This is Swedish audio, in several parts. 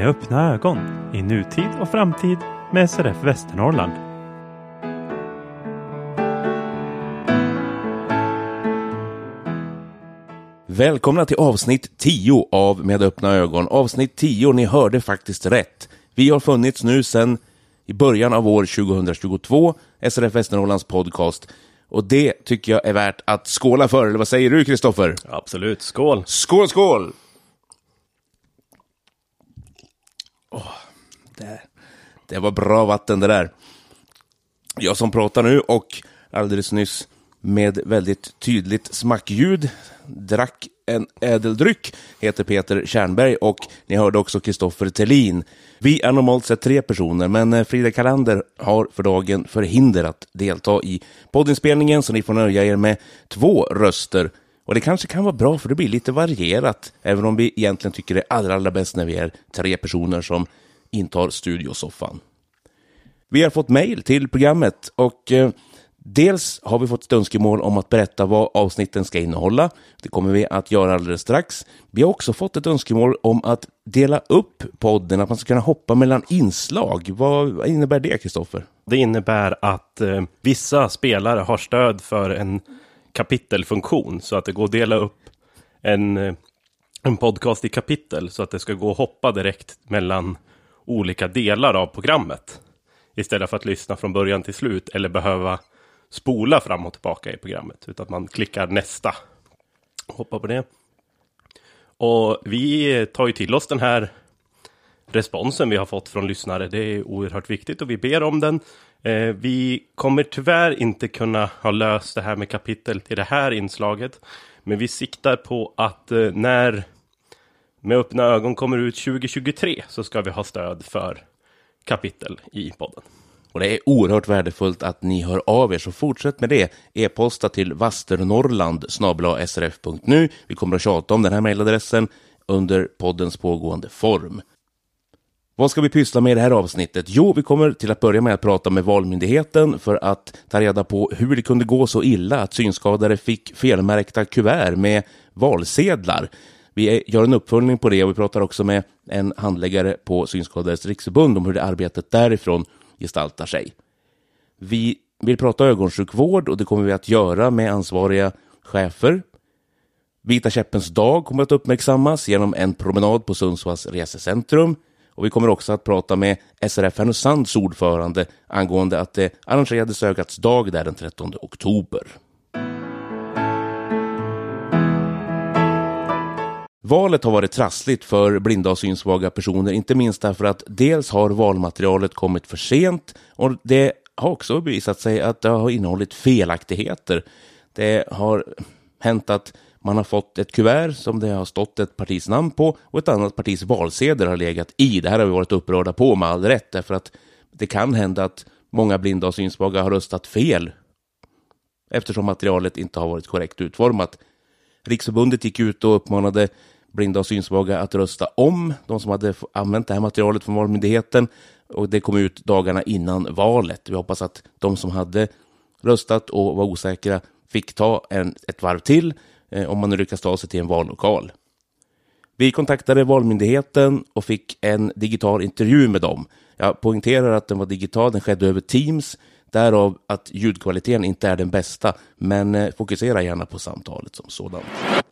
Med öppna ögon i nutid och framtid med SRF Västernorrland. Välkomna till avsnitt 10 av Med öppna ögon. Avsnitt 10, ni hörde faktiskt rätt. Vi har funnits nu sedan i början av år 2022, SRF Västernorrlands podcast. Och det tycker jag är värt att skåla för, eller vad säger du, Kristoffer? Absolut, skål! Skål, skål! Det var bra vatten det där. Jag som pratar nu och alldeles nyss med väldigt tydligt smackljud drack en ädeldryck, heter Peter Tjärnberg, och ni hörde också Kristoffer Tellin. Vi är normalt sett 3 personer, men Frida Kalander har för dagen förhinder att delta i poddinspelningen, så ni får nöja er med 2 röster. Och det kanske kan vara bra, för det blir lite varierat, även om vi egentligen tycker det är allra bäst när vi är 3 personer som intar studiosoffan. Vi har fått mejl till programmet och dels har vi fått ett önskemål om att berätta vad avsnitten ska innehålla. Det kommer vi att göra alldeles strax. Vi har också fått ett önskemål om att dela upp podden, att man ska kunna hoppa mellan inslag. Vad innebär det, Kristoffer? Det innebär att vissa spelare har stöd för en kapitelfunktion, så att det går att dela upp en podcast i kapitel, så att det ska gå att hoppa direkt mellan olika delar av programmet, istället för att lyssna från början till slut eller behöva spola fram och tillbaka i programmet, utan att man klickar nästa och hoppar på det. Och vi tar ju till oss den här responsen vi har fått från lyssnare. Det är oerhört viktigt och vi ber om den. Vi kommer tyvärr inte kunna ha löst det här med kapitel till det här inslaget, men vi siktar på att när Med öppna ögon kommer ut 2023 så ska vi ha stöd för kapitel i podden. Och det är oerhört värdefullt att ni hör av er, så fortsätt med det. E-posta till vasternorrland@srf.nu. Vi kommer att tjata om den här mejladressen under poddens pågående form. Vad ska vi pyssla med i det här avsnittet? Jo, vi kommer till att börja med att prata med Valmyndigheten för att ta reda på hur det kunde gå så illa att synskadade fick felmärkta kuvert med valsedlar. Vi gör en uppföljning på det och vi pratar också med en handläggare på Synskadades riksförbund om hur det arbetet därifrån gestaltar sig. Vi vill prata ögonsjukvård och det kommer vi att göra med ansvariga chefer. Vita käppens dag kommer att uppmärksammas genom en promenad på Sundsvalls resecentrum. Och vi kommer också att prata med SRF Härnösands ordförande angående att det arrangerades ögats dag där den 13 oktober. Valet har varit trassligt för blinda och synsvaga personer, inte minst därför att dels har valmaterialet kommit för sent och det har också bevisat sig att det har innehållit felaktigheter. Det har hänt att man har fått ett kuvert som det har stått ett partis namn på och ett annat partis valsedel har legat i. Det här har vi varit upprörda på med all rätt, därför att det kan hända att många blinda och synsvaga har röstat fel eftersom materialet inte har varit korrekt utformat. Riksförbundet gick ut och uppmanade blinda och synsvaga att rösta om, de som hade använt det här materialet från Valmyndigheten, och det kom ut dagarna innan valet. Vi hoppas att de som hade röstat och var osäkra fick ta ett varv till om man nu lyckas ta sig till en vallokal. Vi kontaktade Valmyndigheten och fick en digital intervju med dem. Jag poängterar att den var digital, den skedde över Teams, därav att ljudkvaliteten inte är den bästa, men fokusera gärna på samtalet som sådant.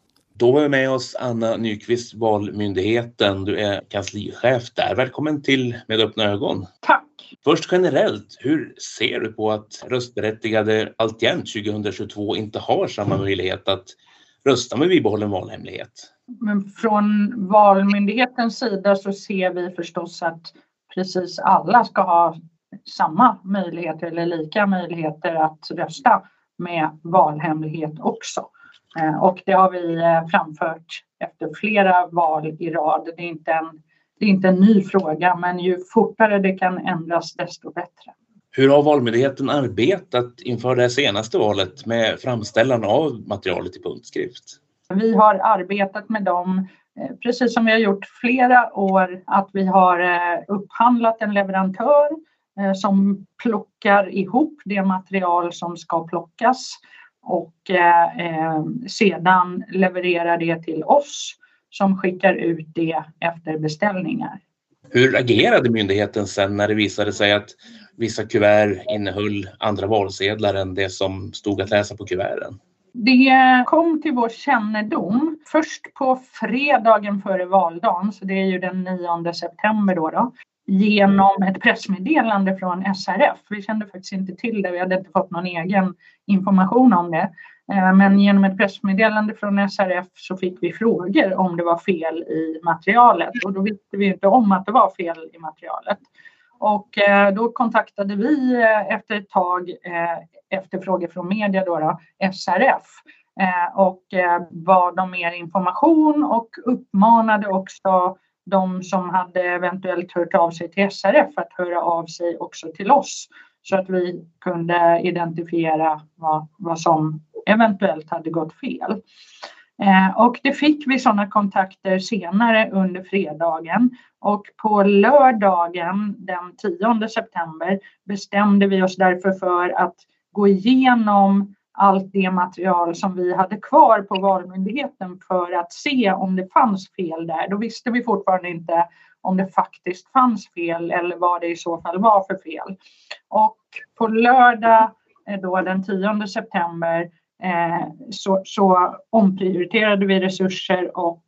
Då är vi med oss Anna Nyqvist, Valmyndigheten. Du är kanslichef där. Välkommen till Med öppna ögon. Tack. Först generellt, hur ser du på att röstberättigade alltjämt 2022 inte har samma möjlighet att rösta med bibehållen valhemlighet? Men från Valmyndighetens sida så ser vi förstås att precis alla ska ha samma möjligheter eller lika möjligheter att rösta med valhemlighet också. Och det har vi framfört efter flera val i rad. Det är inte en ny fråga, men ju fortare det kan ändras desto bättre. Hur har Valmyndigheten arbetat inför det senaste valet med framställan av materialet i punktskrift? Vi har arbetat med dem precis som vi har gjort flera år, att vi har upphandlat en leverantör som plockar ihop det material som ska plockas och sedan levererar det till oss som skickar ut det efter beställningar. Hur agerade myndigheten sen när det visade sig att vissa kuvert innehöll andra valsedlar än det som stod att läsa på kuverten? Det kom till vår kännedom först på fredagen före valdagen, så det är ju den 9 september då, genom ett pressmeddelande från SRF. Vi kände faktiskt inte till det, vi hade inte fått någon egen information om det. Men genom ett pressmeddelande från SRF så fick vi frågor om det var fel i materialet, och då visste vi inte om att det var fel i materialet. Och då kontaktade vi efter ett tag efter frågor från media då, SRF och bad om mer information och uppmanade också de som hade eventuellt hört av sig till SRF att höra av sig också till oss, så att vi kunde identifiera vad som eventuellt hade gått fel. Och det fick vi sådana kontakter senare under fredagen, och på lördagen den 10 september bestämde vi oss därför för att gå igenom allt det material som vi hade kvar på Valmyndigheten för att se om det fanns fel där. Då visste vi fortfarande inte om det faktiskt fanns fel eller vad det i så fall var för fel. Och på lördag då den 10 september så omprioriterade vi resurser och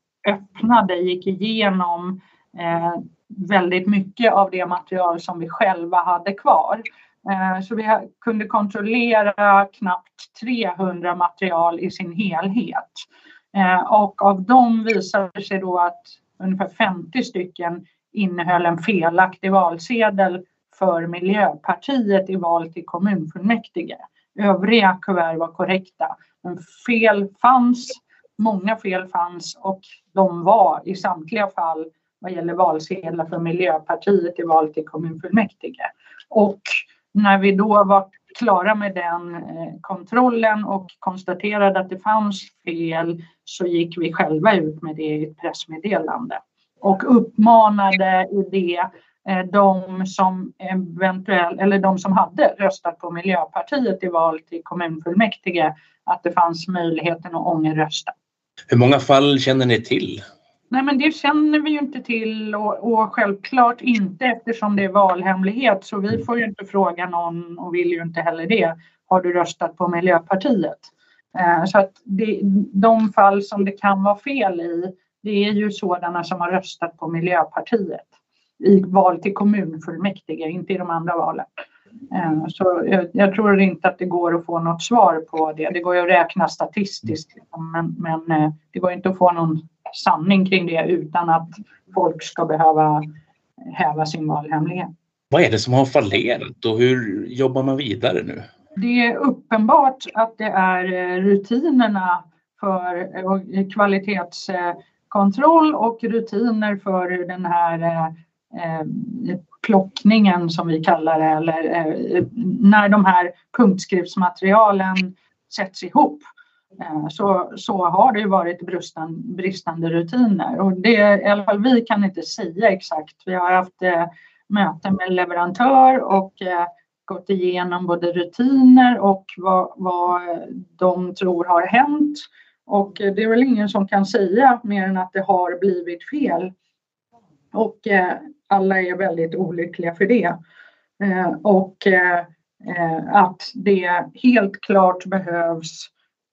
gick igenom väldigt mycket av det material som vi själva hade kvar. Så vi kunde kontrollera knappt 300 material i sin helhet. Och av dem visade det sig då att ungefär 50 stycken innehöll en felaktig valsedel för Miljöpartiet i val till kommunfullmäktige. Övriga kuvert var korrekta. Men många fel fanns, och de var i samtliga fall vad gäller valsedlar för Miljöpartiet i val till kommunfullmäktige. Och när vi då var klara med den kontrollen och konstaterade att det fanns fel, så gick vi själva ut med det i ett pressmeddelande och uppmanade i det de som hade röstat på Miljöpartiet i val till kommunfullmäktige att det fanns möjligheten att ångerrösta. Hur många fall känner ni till? Nej, men det känner vi ju inte till, och självklart inte eftersom det är valhemlighet, så vi får ju inte fråga någon och vill ju inte heller det. Har du röstat på Miljöpartiet? Så att de fall som det kan vara fel i, det är ju sådana som har röstat på Miljöpartiet i val till kommunfullmäktige, inte i de andra valen. Så jag tror inte att det går att få något svar på det. Det går ju att räkna statistiskt, men det går inte att få någon sanning kring det utan att folk ska behöva häva sin valhemlighet. Vad är det som har fallerat och hur jobbar man vidare nu? Det är uppenbart att det är rutinerna för kvalitetskontroll och rutiner för den här plockningen som vi kallar det, eller när de här punktskriftsmaterialen sätts ihop. Så har det ju varit bristande rutiner, och det i alla fall vi kan inte säga exakt. Vi har haft möten med leverantör och gått igenom både rutiner och vad de tror har hänt, och det är väl ingen som kan säga mer än att det har blivit fel, och alla är väldigt olyckliga för det, och att det helt klart behövs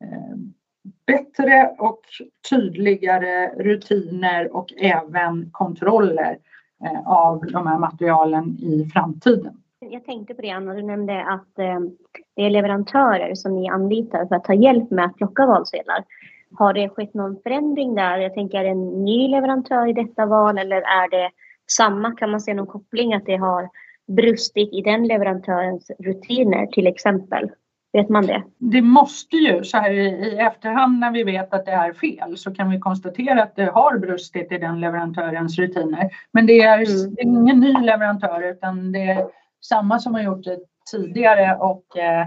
bättre och tydligare rutiner och även kontroller av de här materialen i framtiden. Jag tänkte på det, Anna, du nämnde att det är leverantörer som ni anlitar för att ta hjälp med att plocka valsedlar. Har det skett någon förändring där? Jag tänker, är det en ny leverantör i detta val, eller är det samma? Kan man se någon koppling att det har brustit i den leverantörens rutiner till exempel? Vet man det? Det måste ju, så här i efterhand när vi vet att det är fel, så kan vi konstatera att det har brustit i den leverantörens rutiner. Men det är ingen ny leverantör, utan det är samma som har gjort det tidigare, och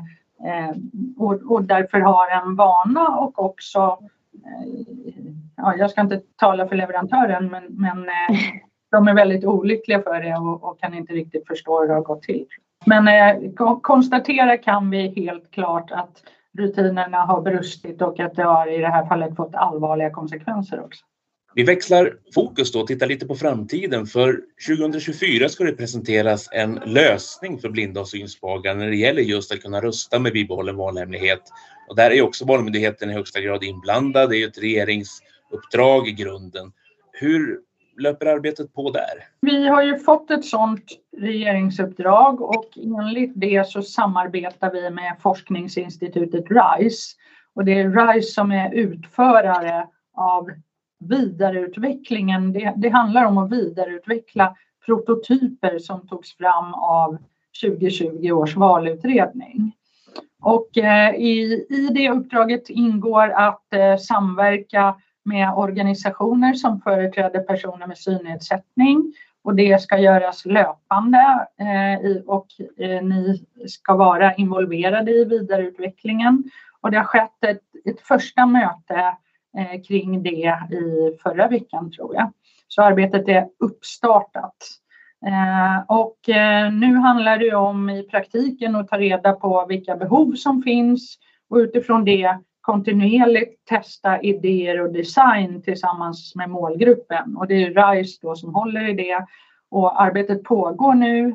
därför har en vana, och också, jag ska inte tala för leverantören, men de är väldigt olyckliga för det och kan inte riktigt förstå hur det har gått till. Men konstatera kan vi helt klart att rutinerna har brustit, och att det har i det här fallet fått allvarliga konsekvenser också. Vi växlar fokus då och tittar lite på framtiden. För 2024 ska det presenteras en lösning för blinda och synsvaga när det gäller just att kunna rösta med bibehållen valhemlighet. Och där är också Valmyndigheten i högsta grad inblandad. Det är ett regeringsuppdrag i grunden. Hur löper arbetet på där? Vi har ju fått ett sådant regeringsuppdrag och enligt det så samarbetar vi med forskningsinstitutet RISE. Och det är RISE som är utförare av vidareutvecklingen. Det handlar om att vidareutveckla prototyper som togs fram av 2020 års valutredning. Och i det uppdraget ingår att samverka med organisationer som företräder personer med synnedsättning. Och det ska göras löpande och ni ska vara involverade i vidareutvecklingen. Och det har skett ett första möte kring det i förra veckan tror jag. Så arbetet är uppstartat. Och nu handlar det om i praktiken att ta reda på vilka behov som finns och utifrån det kontinuerligt testa idéer och design tillsammans med målgruppen. Och det är RISE då som håller i det och arbetet pågår nu.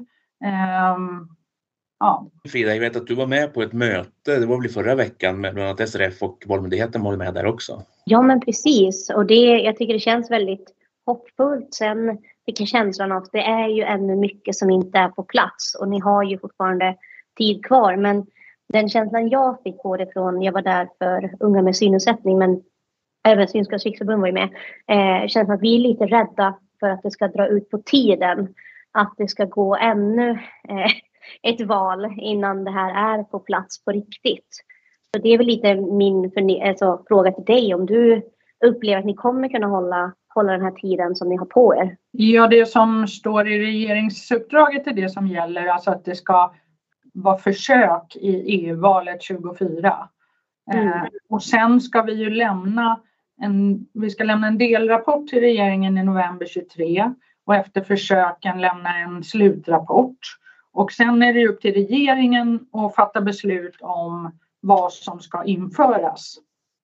Ja. Frida, jag vet att du var med på ett möte, det var väl förra veckan med bland annat SRF och Valmyndigheten var med där också. Ja men precis och jag tycker det känns väldigt hoppfullt. Sen fick jag känslan av att det är ju ännu mycket som inte är på plats och ni har ju fortfarande tid kvar. Men den känslan jag fick både från, jag var där för unga med synnedsättning men även Synskadades riksförbund var ju med. Känns att vi är lite rädda för att det ska dra ut på tiden. Att det ska gå ännu ett val innan det här är på plats på riktigt. Så det är väl lite min fråga till dig om du upplever att ni kommer kunna hålla den här tiden som ni har på er. Ja, det som står i regeringsuppdraget är det som gäller. Alltså att det ska vara försök i EU-valet 2024. Och sen ska vi ju lämna en delrapport till regeringen i november 23. Och efter försöken lämna en slutrapport. Och sen är det upp till regeringen att fatta beslut om vad som ska införas.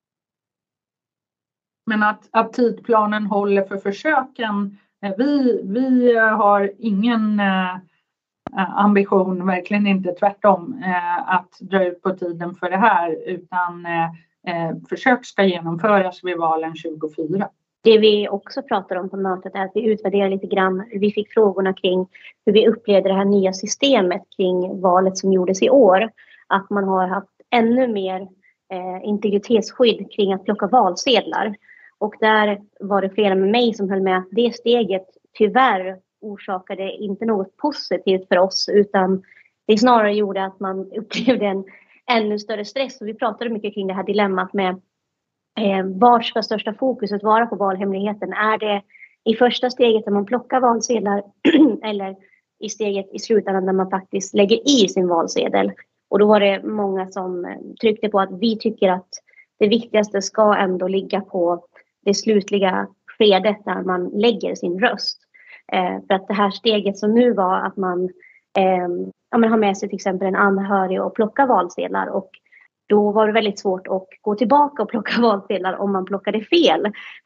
Men att tidplanen håller för försöken, vi har ingen ambition, verkligen inte tvärtom, att dra ut på tiden för det här. Utan försök ska genomföras vid valen 2024. Det vi också pratar om på mötet är att vi utvärderar lite grann. Vi fick frågorna kring hur vi upplevde det här nya systemet kring valet som gjordes i år. Att man har haft ännu mer integritetsskydd kring att plocka valsedlar. Och där var det flera med mig som höll med att det steget tyvärr orsakade inte något positivt för oss. Utan det snarare gjorde att man upplevde en ännu större stress. Och vi pratade mycket kring det här dilemmat med var ska största fokuset vara på valhemligheten? Är det i första steget där man plockar valsedlar eller i steget i slutändan där man faktiskt lägger i sin valsedel? Och då var det många som tryckte på att vi tycker att det viktigaste ska ändå ligga på det slutliga skedet där man lägger sin röst. För att det här steget som nu var att man har med sig till exempel en anhörig och plocka valsedlar och då var det väldigt svårt att gå tillbaka och plocka valsedlar om man plockade fel.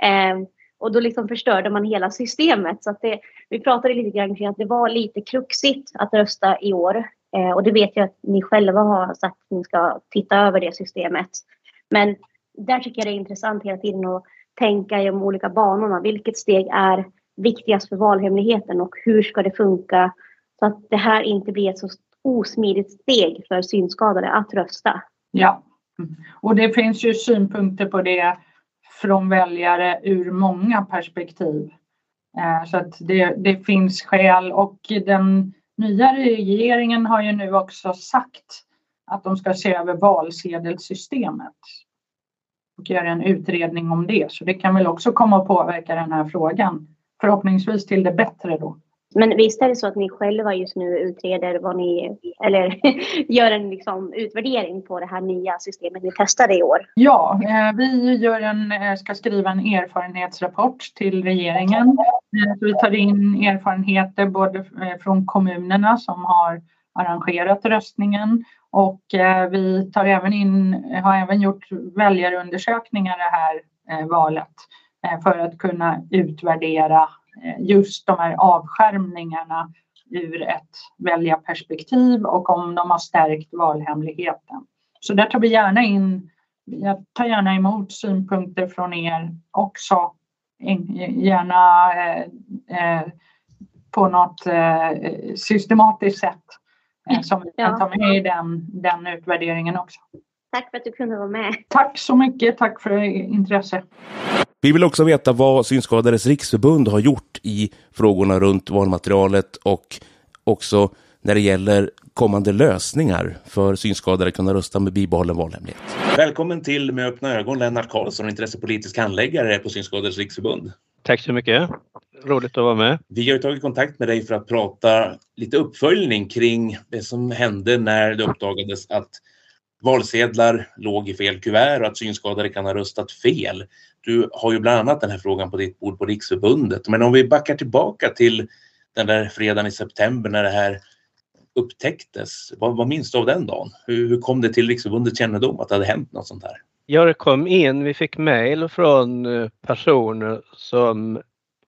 Och då liksom förstörde man hela systemet. Så att vi pratade lite grann kring att det var lite kruxigt att rösta i år. Och det vet jag att ni själva har sagt att ni ska titta över det systemet. Men där tycker jag det är intressant hela tiden att tänka i de olika banorna. Vilket steg är viktigast för valhemligheten och hur ska det funka så att det här inte blir ett så osmidigt steg för synskadade att rösta. Ja, och det finns ju synpunkter på det från väljare ur många perspektiv. Så att det finns skäl och den nya regeringen har ju nu också sagt att de ska se över valsedelsystemet och göra en utredning om det. Så det kan väl också komma att påverka den här frågan. Förhoppningsvis till det bättre då. Men visst är det så att ni själva just nu utreder vad ni, eller gör en liksom utvärdering på det här nya systemet ni testade i år? Ja, vi ska skriva en erfarenhetsrapport till regeringen. Vi tar in erfarenheter både från kommunerna som har arrangerat röstningen och vi har även gjort väljarundersökningar det här valet för att kunna utvärdera just de här avskärmningarna ur ett väljarperspektiv och om de har stärkt valhemligheten. Så där tar vi gärna in, jag tar gärna emot synpunkter från er också, gärna på något systematiskt sätt som vi kan ta med i den utvärderingen också. Tack för att du kunde vara med. Tack så mycket, tack för intresse. Vi vill också veta vad Synskadades riksförbund har gjort i frågorna runt valmaterialet och också när det gäller kommande lösningar för synskadade kunna rösta med bibehållen valhemlighet. Välkommen till Med öppna ögon, Lennart Karlsson, intressepolitisk handläggare på Synskadades riksförbund. Tack så mycket. Roligt att vara med. Vi har tagit kontakt med dig för att prata lite uppföljning kring det som hände när det uppdagades att valsedlar låg i fel kuvert och att synskadade kan ha röstat fel. Du har ju bland annat den här frågan på ditt bord på Riksförbundet. Men om vi backar tillbaka till den där fredagen i september när det här upptäcktes. Vad minns du av den dagen? Hur kom det till Riksförbundets kännedom att det hade hänt något sånt här? Ja, det kom in. Vi fick mejl från personer som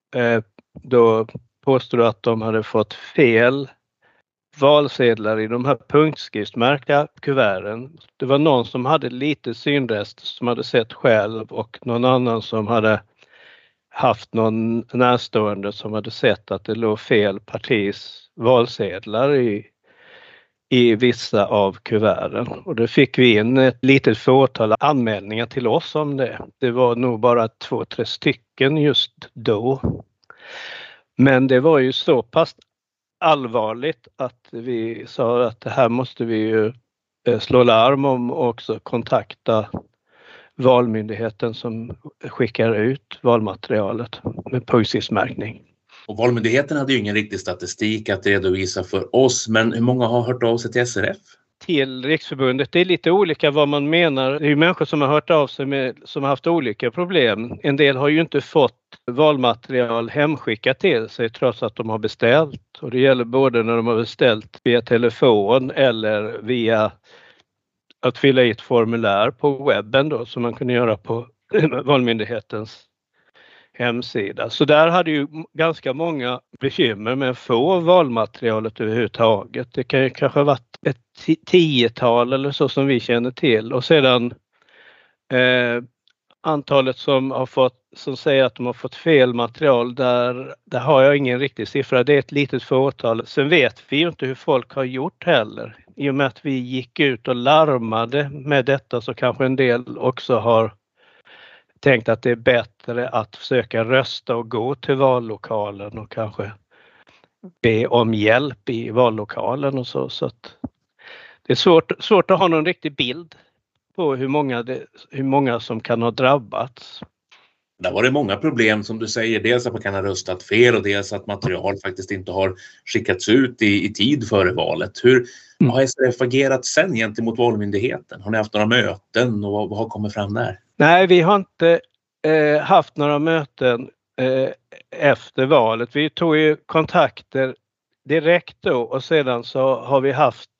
då påstod att de hade fått fel valsedlar i de här punktskriftsmärkta kuverten. Det var någon som hade lite synrest som hade sett själv och någon annan som hade haft någon närstående som hade sett att det låg fel partis valsedlar i vissa av kuverten. Och då fick vi in ett litet fåtal anmälningar till oss om det. Det var nog bara 2-3 stycken just då. Men det var ju så pass allvarligt att vi sa att det här måste vi ju slå larm om och också kontakta Valmyndigheten som skickar ut valmaterialet med punktskriftsmärkning. Och Valmyndigheten hade ju ingen riktig statistik att redovisa för oss, men hur många har hört av sig till SRF? Till Riksförbundet, det är lite olika vad man menar. Det är ju människor som har hört av sig som har haft olika problem. En del har ju inte fått valmaterial hemskickat till sig trots att de har beställt. Och det gäller både när de har beställt via telefon eller via att fylla i ett formulär på webben då, som man kunde göra på Valmyndighetens hemsida. Så där hade ju ganska många bekymmer med att få valmaterialet överhuvudtaget. Det kan ju kanske ha varit ett 10-tal eller så som vi känner till. Och sedan antalet som säger att de har fått fel material, där har jag ingen riktig siffra. Det är ett litet fåtal. Sen vet vi ju inte hur folk har gjort heller. I och med att vi gick ut och larmade med detta så kanske en del också har tänkt att det är bättre att försöka rösta och gå till vallokalen och kanske be om hjälp i vallokalen och så. Så att det är svårt att ha någon riktig bild på hur många som kan ha drabbats. Där var det många problem som du säger, dels att man kan ha röstat fel och dels att material faktiskt inte har skickats ut i tid före valet. Hur har SRF agerat sen gentemot Valmyndigheten? Har ni haft några möten och vad har kommit fram där? Nej, vi har inte haft några möten efter valet. Vi tog ju kontakter direkt då och sedan så har vi haft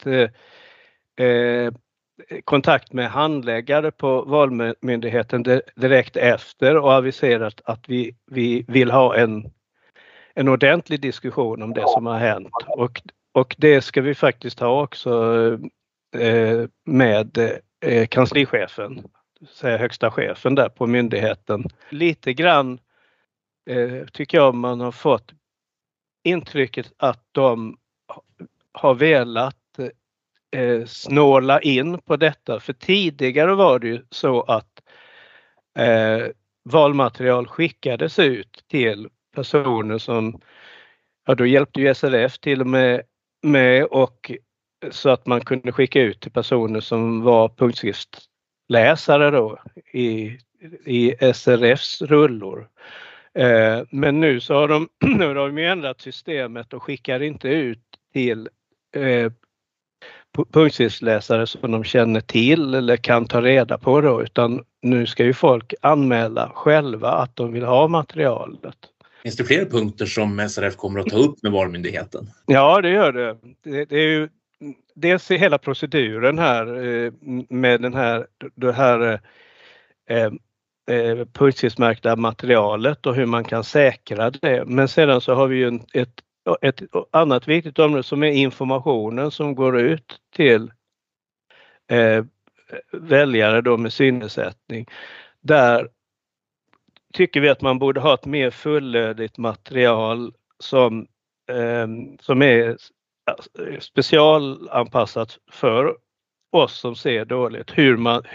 kontakt med handläggare på Valmyndigheten direkt efter och aviserat att vi vill ha en ordentlig diskussion om det som har hänt. Och det ska vi faktiskt ha också med kanslichefen, högsta chefen där på myndigheten. Lite grann tycker jag man har fått intrycket att de har velat snåla in på detta. För tidigare var det ju så att valmaterial skickades ut till personer som, ja då hjälpte ju SRF till och med och så att man kunde skicka ut till personer som var punktskriftsläsare då i SRFs rullor. Men nu så har de ändrat systemet och skickar inte ut till punktskriftsläsare som de känner till eller kan ta reda på då, utan nu ska ju folk anmäla själva att de vill ha materialet. Finns det fler punkter som SRF kommer att ta upp med Valmyndigheten? Ja, det gör det. Det är ju dels i hela proceduren här med det här punktskriftmärkta materialet och hur man kan säkra det. Men sedan så har vi ju ett annat viktigt område som är informationen som går ut till väljare då med synnedsättning. Där tycker vi att man borde ha ett mer fullödigt material som är specialanpassat för oss som ser dåligt. Hur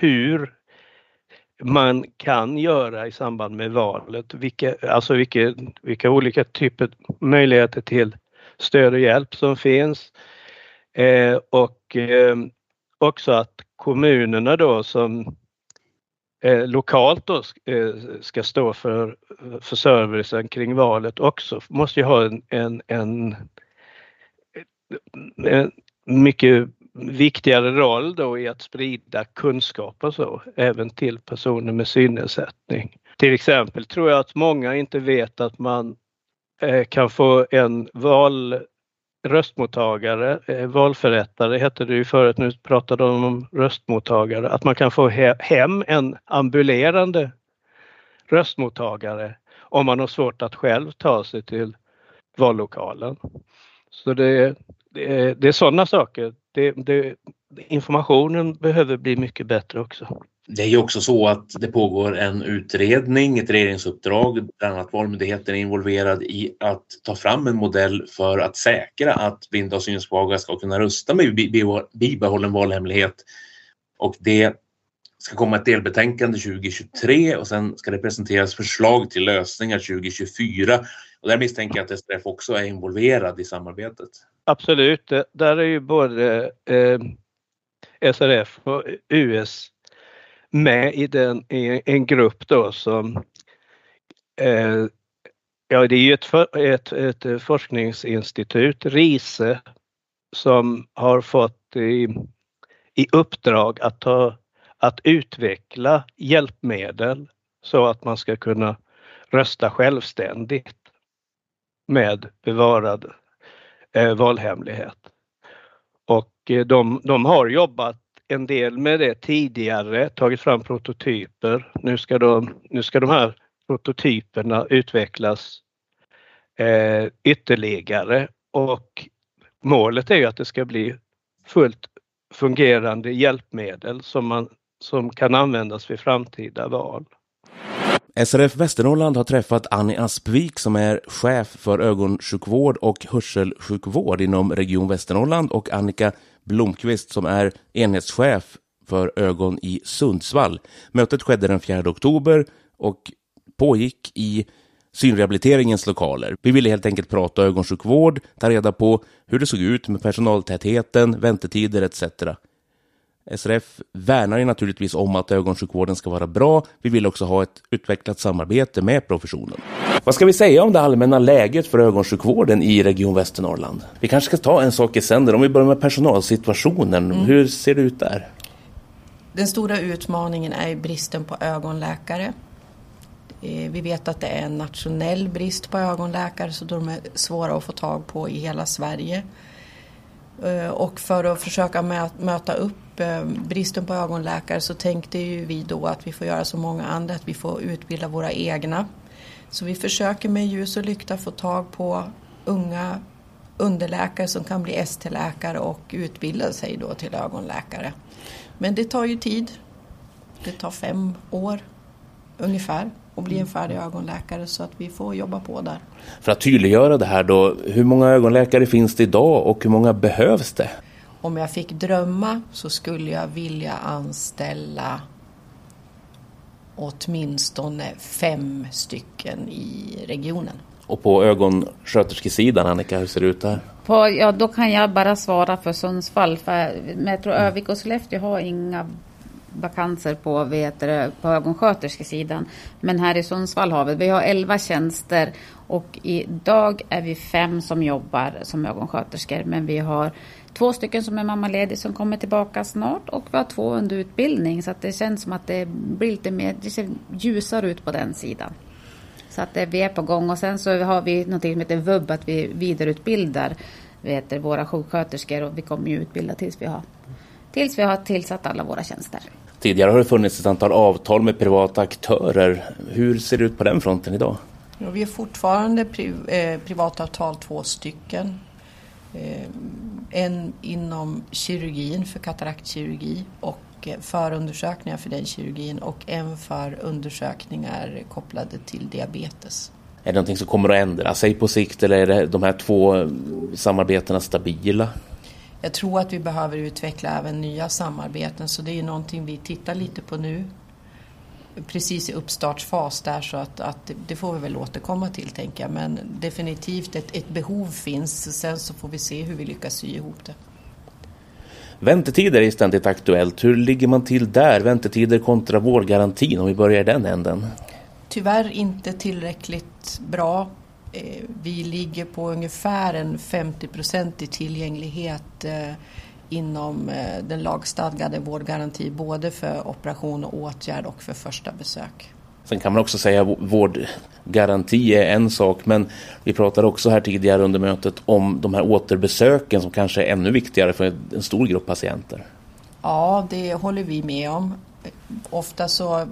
man kan göra i samband med valet. Vilka olika typer möjligheter till stöd och hjälp som finns. Och också att kommunerna då som lokalt då ska stå för servicen kring valet också måste ju ha en mycket viktigare roll då i att sprida kunskap och så, även till personer med synnedsättning. Till exempel tror jag att många inte vet att man kan få en röstmottagare, valförrättare heter det ju förut, nu pratade de om röstmottagare, att man kan få hem en ambulerande röstmottagare om man har svårt att själv ta sig till vallokalen. Så det är sådana saker. Informationen behöver bli mycket bättre också. Det är ju också så att det pågår en utredning, ett regeringsuppdrag, bland annat Valmyndigheten är involverad i att ta fram en modell för att säkra att blinda och synsvaga ska kunna rösta med bibehållen valhemlighet. Och det ska komma ett delbetänkande 2023 och sen ska det presenteras förslag till lösningar 2024. Och där misstänker jag att SRF också är involverad i samarbetet. Absolut, där är ju både SRF och US med i en grupp då som det är ju ett forskningsinstitut, RISE, som har fått i uppdrag att utveckla hjälpmedel så att man ska kunna rösta självständigt med bevarad valhemlighet. Och de har jobbat en del med det tidigare, tagit fram prototyper. Nu ska de här prototyperna utvecklas ytterligare och målet är ju att det ska bli fullt fungerande hjälpmedel som kan användas vid framtida val. SRF Västernorrland har träffat Annie Aspvik som är chef för ögonsjukvård och hörselsjukvård inom Region Västernorrland och Annika Blomqvist som är enhetschef för ögon i Sundsvall. Mötet skedde den 4 oktober och pågick i synrehabiliteringens lokaler. Vi ville helt enkelt prata ögonsjukvård, ta reda på hur det såg ut med personaltätheten, väntetider etc. SRF värnar ju naturligtvis om att ögonsjukvården ska vara bra. Vi vill också ha ett utvecklat samarbete med professionen. Vad ska vi säga om det allmänna läget för ögonsjukvården i Region Västernorrland? Vi kanske ska ta en sak i sänder. Om vi börjar med personalsituationen. Hur ser det ut där? Den stora utmaningen är bristen på ögonläkare. Vi vet att det är en nationell brist på ögonläkare så de är svåra att få tag på i hela Sverige. Och för att försöka möta upp bristen på ögonläkare så tänkte ju vi då att vi får göra så många andra, att vi får utbilda våra egna. Så vi försöker med ljus och lykta få tag på unga underläkare som kan bli ST-läkare och utbilda sig då till ögonläkare. Men det tar ju tid. Det tar 5 år ungefär och bli en färdig ögonläkare så att vi får jobba på där. För att tydliggöra det här då, hur många ögonläkare finns det idag och hur många behövs det? Om jag fick drömma så skulle jag vilja anställa åtminstone 5 stycken i regionen. Och på ögonsköterskesidan, Annika, hur ser det ut där? Då kan jag bara svara för Sundsvall. Men jag tror Övik och Sollefteå har inga vakanser på ögonsköterskesidan. Men här i Sundsvall har vi har 11 tjänster och idag är vi 5 som jobbar som ögonsköterskor. Men vi har 2 stycken som är mammaledig som kommer tillbaka snart och vi har 2 under utbildning. Så att det känns som att det blir lite mer, det ser ljusare ut på den sidan. Så att vi är på gång och sen så har vi något som heter VUB, att vi vidareutbildar våra sjuksköterskor och vi kommer ju utbilda tills vi har tillsatt alla våra tjänster. Tidigare har det funnits ett antal avtal med privata aktörer. Hur ser det ut på den fronten idag? Ja, vi är fortfarande privatavtal 2 stycken. En inom kirurgin för kataraktkirurgi och förundersökningar för den kirurgin och en för undersökningar kopplade till diabetes. Är det någonting som kommer att ändra sig på sikt eller är det de här 2 samarbetena stabila? Jag tror att vi behöver utveckla även nya samarbeten så det är någonting vi tittar lite på nu. Precis i uppstartsfas där så att det får vi väl återkomma till tänker jag. Men definitivt ett behov finns. Sen så får vi se hur vi lyckas sy ihop det. Väntetider är ständigt aktuellt. Hur ligger man till där? Väntetider kontra vårdgarantin om vi börjar i den änden. Tyvärr inte tillräckligt bra. Vi ligger på ungefär en 50% i tillgänglighet inom den lagstadgade vårdgaranti både för operation och åtgärd och för första besök. Sen kan man också säga att vårdgaranti är en sak men vi pratade också här tidigare under mötet om de här återbesöken som kanske är ännu viktigare för en stor grupp patienter. Ja, det håller vi med om. Ofta så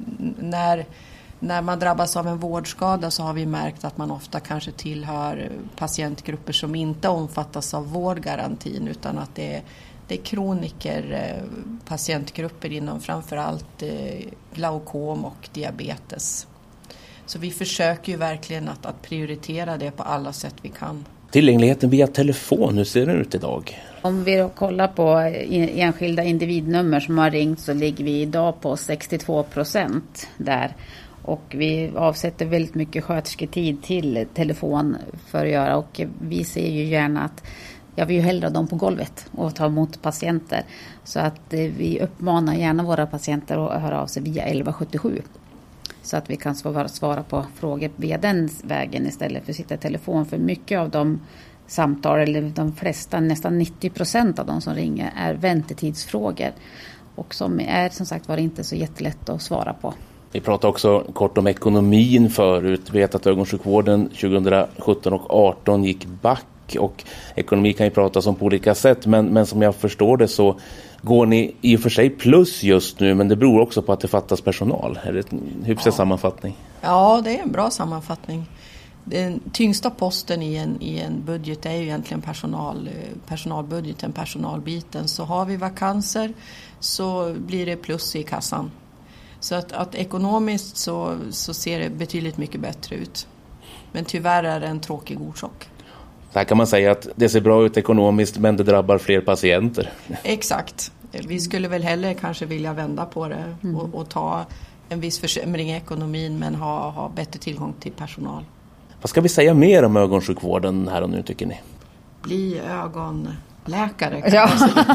när man drabbas av en vårdskada så har vi märkt att man ofta kanske tillhör patientgrupper som inte omfattas av vårdgarantin utan att det är kroniker, patientgrupper inom framförallt glaukom och diabetes. Så vi försöker ju verkligen att prioritera det på alla sätt vi kan. Tillgängligheten via telefon, hur ser den ut idag? Om vi kollar på enskilda individnummer som har ringt så ligger vi idag på 62% där. Och vi avsätter väldigt mycket skötersketid till telefon för att göra och vi ser ju gärna att jag vill ju hellre dem på golvet och ta emot patienter. Så att vi uppmanar gärna våra patienter att höra av sig via 1177. Så att vi kan svara på frågor via den vägen istället för att sitta i telefon. För mycket av de samtal, eller de flesta, nästan 90% av de som ringer är väntetidsfrågor. Och som är som sagt var inte så jättelätt att svara på. Vi pratade också kort om ekonomin förut. Vi vet att ögonsjukvården 2017 och 2018 gick back. Och ekonomi kan ju pratas om på olika sätt. Men som jag förstår det så går ni i och för sig plus just nu. Men det beror också på att det fattas personal. Är det en hyfsad sammanfattning? Ja, det är en bra sammanfattning. Den tyngsta posten i en budget är ju egentligen personalbudgeten, personalbiten. Så har vi vakanser så blir det plus i kassan. Så att ekonomiskt så ser det betydligt mycket bättre ut. Men tyvärr är det en tråkig orsak. Så här kan man säga att det ser bra ut ekonomiskt men det drabbar fler patienter. Exakt. Vi skulle väl hellre kanske vilja vända på det och ta en viss försämring i ekonomin men ha bättre tillgång till personal. Vad ska vi säga mer om ögonsjukvården här och nu tycker ni? Bli ögonläkare. Ja.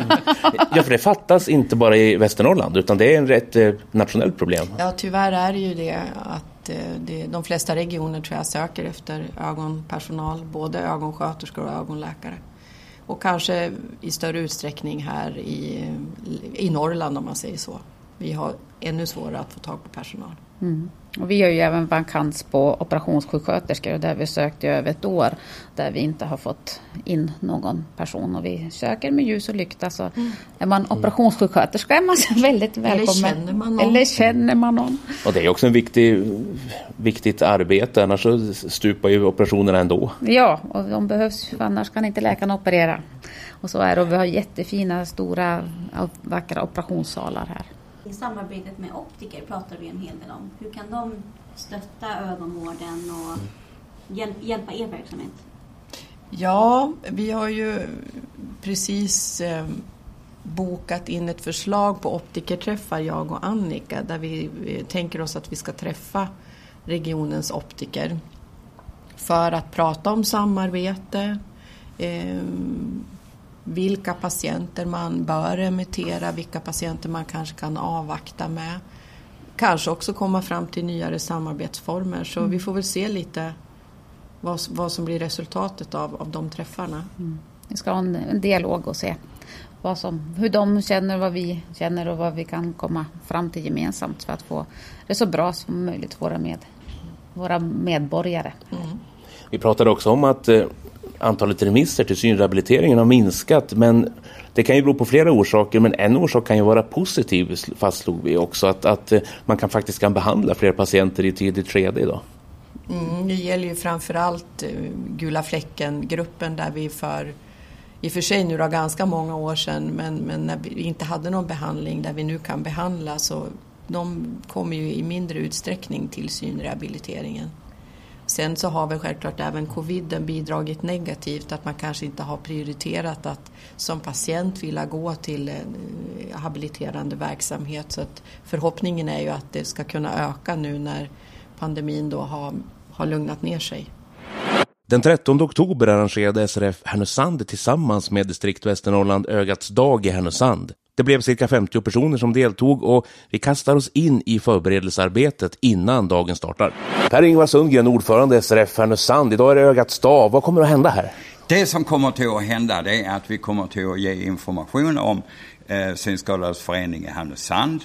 Ja, för det fattas inte bara i Västernorrland utan det är en rätt nationellt problem. Ja, tyvärr är det ju det att de flesta regioner tror jag söker efter ögonpersonal, både ögonsköterskor och ögonläkare. Och kanske i större utsträckning här i Norrland om man säger så. Vi har ännu svårare att få tag på personal. Mm. Och vi har ju även vakans på operationssjuksköterskor och där vi sökt i över ett år där vi inte har fått in någon person och vi söker med ljus och lykta så är man operationssjuksköterska är man väldigt välkommen. Eller känner man någon. Och det är också en viktigt arbete annars så stupar ju operationerna ändå. Ja, och de behövs annars kan inte läkarna operera. Och så är det och vi har jättefina stora vackra operationssalar här. I samarbetet med optiker pratar vi en hel del om. Hur kan de stötta ögonvården och hjälpa er verksamhet? Ja, vi har ju precis bokat in ett förslag på optikerträffar, jag och Annika, där vi tänker oss att vi ska träffa regionens optiker för att prata om samarbete, vilka patienter man bör remittera, vilka patienter man kanske kan avvakta med. Kanske också komma fram till nyare samarbetsformer. Så vi får väl se lite vad som blir resultatet av de träffarna. Vi ska ha en dialog och se hur de känner, vad vi känner och vad vi kan komma fram till gemensamt för att få det så bra som möjligt för våra medborgare. Vi pratade också om att antalet remisser till synrehabiliteringen har minskat, men det kan ju bero på flera orsaker, men en orsak kan ju vara positiv, fastslog vi också, att man faktiskt kan behandla fler patienter i tidigt skede idag. Det gäller ju framförallt gula fläcken-gruppen där vi i och för sig nu då ganska många år sedan, men när vi inte hade någon behandling där vi nu kan behandla, så de kommer ju i mindre utsträckning till synrehabiliteringen. Sen så har väl självklart även coviden bidragit negativt, att man kanske inte har prioriterat att som patient vilja gå till habiliterande verksamhet. Så att förhoppningen är ju att det ska kunna öka nu när pandemin då har lugnat ner sig. Den 13 oktober arrangerade SRF Härnösand tillsammans med Distrikt Västernorrland Ögats dag i Härnösand. Det blev cirka 50 personer som deltog och vi kastar oss in i förberedelsearbetet innan dagen startar. Per-Ingvar Sundgren, ordförande SRF Härnösand. Idag är det Ögats dag. Vad kommer att hända här? Det som kommer till att hända, det är att vi kommer till att ge information om Synskadades förening i Härnösand.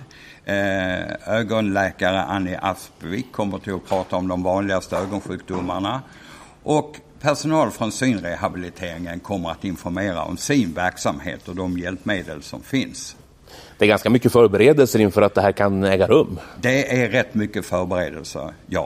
Ögonläkare Annie Aspvik kommer till att prata om de vanligaste ögonsjukdomarna. Och personal från synrehabiliteringen kommer att informera om sin verksamhet och de hjälpmedel som finns. Det är ganska mycket förberedelser inför att det här kan äga rum. Det är rätt mycket förberedelser, ja.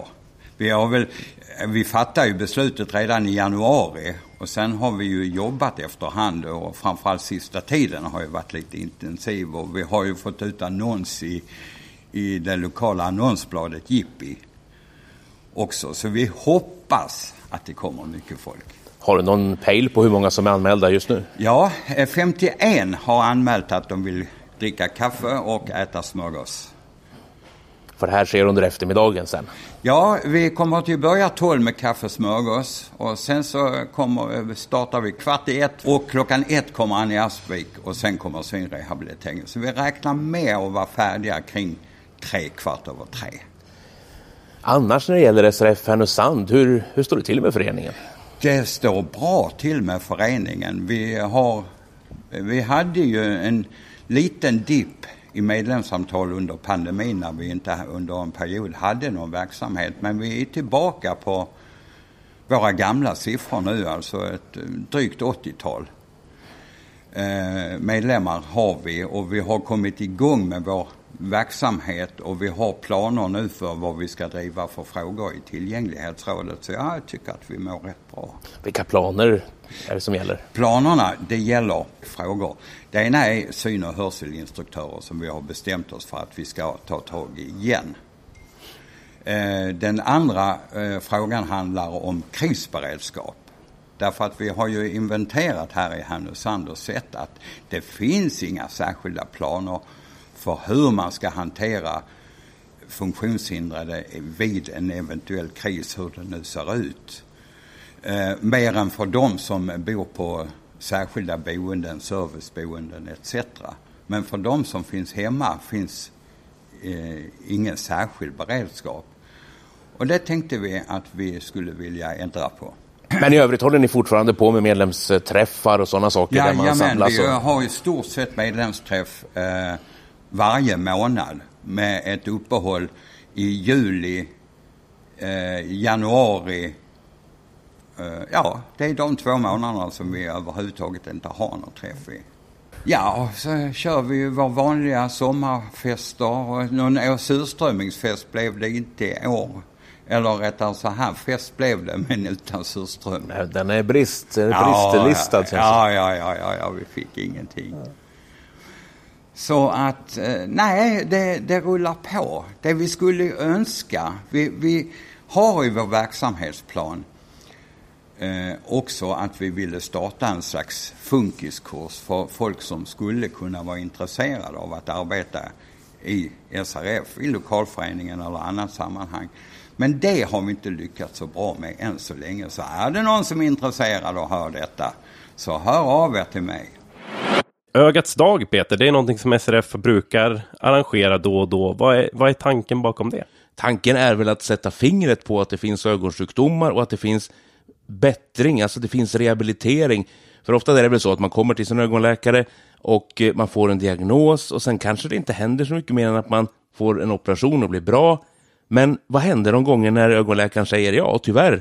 Vi fattade ju beslutet redan i januari och sen har vi ju jobbat efterhand och framförallt sista tiden har ju varit lite intensiv och vi har ju fått ut annons i det lokala annonsbladet Jippi också. Så vi hoppas att det kommer mycket folk. Har du någon pejl på hur många som är anmälda just nu? Ja, 51 har anmält att de vill dricka kaffe och äta smörgås. För det här sker under eftermiddagen sen? Ja, vi kommer till börja 12 med kaffe smörgås och sen så startar vi 12:15 och 1:00 kommer Annie Aspvik och sen kommer synrehabiliteringen. Så vi räknar med att vara färdiga kring 3:15. Annars när det gäller SRF Härnösand, hur står det till med föreningen? Det står bra till med föreningen. Vi hade ju en liten dipp i medlemsantal under pandemin när vi inte under en period hade någon verksamhet. Men vi är tillbaka på våra gamla siffror nu, alltså ett drygt 80-tal medlemmar har vi och vi har kommit igång med vår verksamhet och vi har planer nu för vad vi ska driva för frågor i tillgänglighetsrådet. Så jag tycker att vi mår rätt bra. Vilka planer är det som gäller? Planerna, det gäller frågor. Det ena är syn- och hörselinstruktörer som vi har bestämt oss för att vi ska ta tag i igen. Den andra frågan handlar om krisberedskap. Därför att vi har ju inventerat här i Härnösand och sett att det finns inga särskilda planer för hur man ska hantera funktionshindrade vid en eventuell kris, hur det nu ser ut. Mer än för de som bor på särskilda boenden, serviceboenden etc. Men för de som finns hemma finns ingen särskild beredskap. Och det tänkte vi att vi skulle vilja ändra på. Men i övrigt håller ni fortfarande på med medlemsträffar och sådana saker där man samlas? Vi har i stort sett medlemsträff varje månad med ett uppehåll i juli, januari. Det är de 2 månaderna som vi överhuvudtaget inte har någon träff i. Ja, så kör vi ju vår vanliga sommarfester och någon surströmmingsfest blev det inte i år. Eller rättare så här, fest blev det, men utan surströmming. Den är bristelistad. Ja, vi fick ingenting. Ja. Så att, nej, det rullar på. Det vi skulle önska, vi har i vår verksamhetsplan också att vi ville starta en slags funkiskurs för folk som skulle kunna vara intresserade av att arbeta i SRF, i lokalföreningen eller annat sammanhang. Men det har vi inte lyckats så bra med än så länge. Så är det någon som är intresserad och hör detta, så hör av er till mig. Ögats dag, Peter, det är någonting som SRF brukar arrangera då och då. Vad är tanken bakom det? Tanken är väl att sätta fingret på att det finns ögonsjukdomar och att det finns bättring, alltså det finns rehabilitering. För ofta är det väl så att man kommer till sin ögonläkare och man får en diagnos och sen kanske det inte händer så mycket mer än att man får en operation och blir bra. Men vad händer de gånger när ögonläkaren säger ja, tyvärr,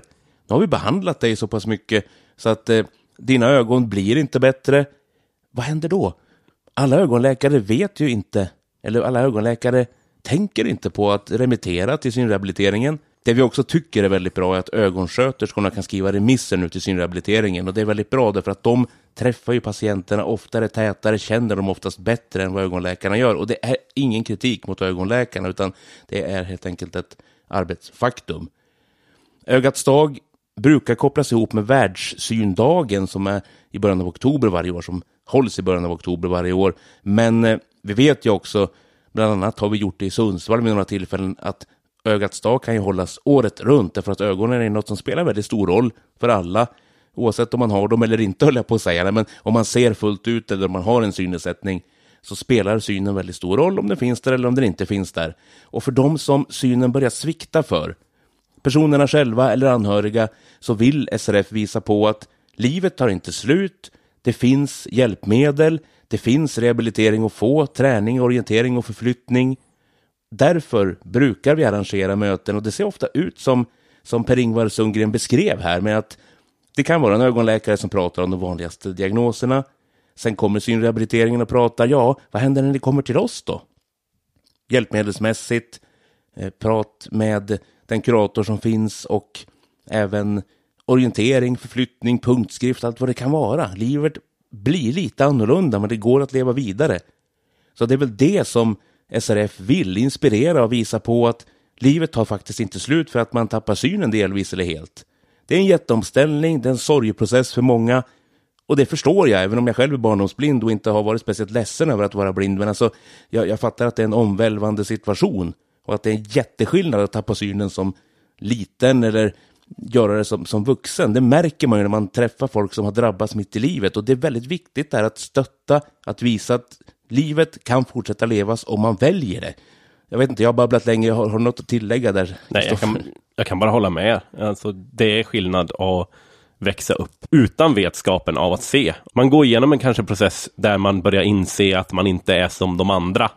Nu har vi behandlat dig så pass mycket så att dina ögon blir inte bättre. Vad händer då? Alla ögonläkare vet ju inte, eller alla ögonläkare tänker inte på att remittera till synrehabiliteringen. Det vi också tycker är väldigt bra är att ögonsköterskorna kan skriva remisser nu till synrehabiliteringen. Och det är väldigt bra därför att de träffar ju patienterna oftare, tätare, känner dem oftast bättre än vad ögonläkarna gör. Och det är ingen kritik mot ögonläkarna utan det är helt enkelt ett arbetsfaktum. Ögats dag brukar kopplas ihop med världssyndagen som är i början av oktober varje år, som hålls i början av oktober varje år. Men vi vet ju också, bland annat har vi gjort det i Sundsvall vid några tillfällen, att ögats dag kan ju hållas året runt därför att ögonen är något som spelar väldigt stor roll för alla, oavsett om man har dem eller inte, höll jag på att säga. Men om man ser fullt ut eller om man har en synnedsättning så spelar synen väldigt stor roll om den finns där eller om den inte finns där. Och för de som synen börjar svikta för, personerna själva eller anhöriga, så vill SRF visa på att livet tar inte slut, det finns hjälpmedel, det finns rehabilitering att få, träning, orientering och förflyttning. Därför brukar vi arrangera möten och det ser ofta ut som Per-Ingvar Sundgren beskrev här, med att det kan vara en ögonläkare som pratar om de vanligaste diagnoserna. Sen kommer synrehabiliteringen och pratar, ja, vad händer när ni kommer till oss då? Hjälpmedelsmässigt, prat med den kurator som finns och även orientering, förflyttning, punktskrift, allt vad det kan vara. Livet blir lite annorlunda men det går att leva vidare. Så det är väl det som SRF vill inspirera och visa på, att livet tar faktiskt inte slut för att man tappar synen delvis eller helt. Det är en jätteomställning, det är en sorgeprocess för många och det förstår jag, även om jag själv är barndomsblind och inte har varit speciellt ledsen över att vara blind. Men alltså, jag fattar att det är en omvälvande situation och att det är en jätteskillnad att tappa synen som liten eller göra det som vuxen. Det märker man ju när man träffar folk som har drabbats mitt i livet, och det är väldigt viktigt där att stötta, att visa att livet kan fortsätta levas om man väljer det. Jag vet inte, jag har babblat länge, har du något att tillägga där? Nej, jag kan bara hålla med. Alltså, det är skillnad att växa upp utan vetskapen av att se. Man går igenom en kanske process där man börjar inse att man inte är som de andra.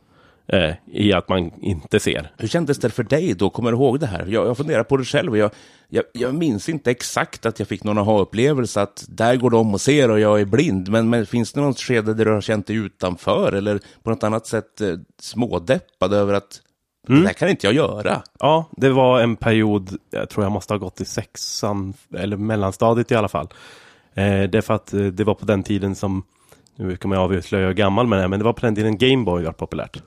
I att man inte ser. Hur kändes det för dig då? Kommer du ihåg det här? Jag funderar på det själv och jag minns inte exakt att jag fick någon aha-upplevelse att där går de och ser och jag är blind. Men finns det något skede där du har känt dig utanför eller på något annat sätt smådeppad över att det där kan inte jag göra? Ja, det var en period, jag tror jag måste ha gått i 6:an eller mellanstadiet i alla fall. Det är för att det var på den tiden som, nu kan man ju avslöja hur gammal man är, men det var på den tiden Game Boy var populärt.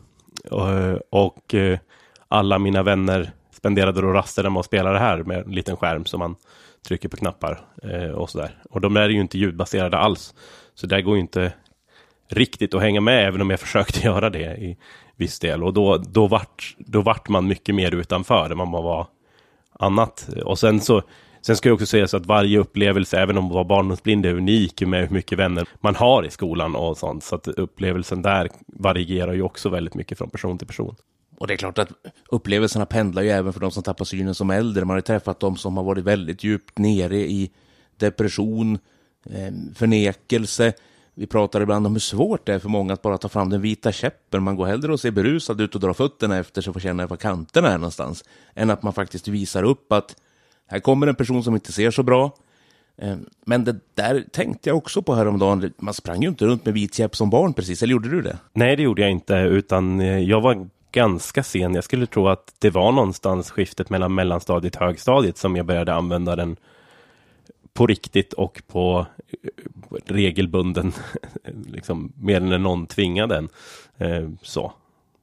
Och alla mina vänner spenderade då raster med att spela det här med en liten skärm som man trycker på knappar och sådär. Och de är ju inte ljudbaserade alls. Så där går ju inte riktigt att hänga med, även om jag försökte göra det i viss del. Och då vart man mycket mer utanför där man bara var annat. Och sen ska jag också säga så att varje upplevelse, även om man var barndomsblind, är unik med hur mycket vänner man har i skolan och sånt. Så att upplevelsen där varierar ju också väldigt mycket från person till person. Och det är klart att upplevelserna pendlar ju även för de som tappar synen som äldre. Man har träffat de som har varit väldigt djupt nere i depression, förnekelse. Vi pratar ibland om hur svårt det är för många att bara ta fram den vita käppen. Man går hellre och ser berusad ut och drar fötterna efter så får känna var kanterna är någonstans. Än att man faktiskt visar upp att här kommer en person som inte ser så bra. Men det där tänkte jag också på häromdagen. Man sprang ju inte runt med vit käpp som barn precis, eller gjorde du det? Nej, det gjorde jag inte, utan jag var ganska sen. Jag skulle tro att det var någonstans skiftet mellan mellanstadiet och högstadiet som jag började använda den på riktigt och på regelbunden, liksom mer än någon tvingade den. Så.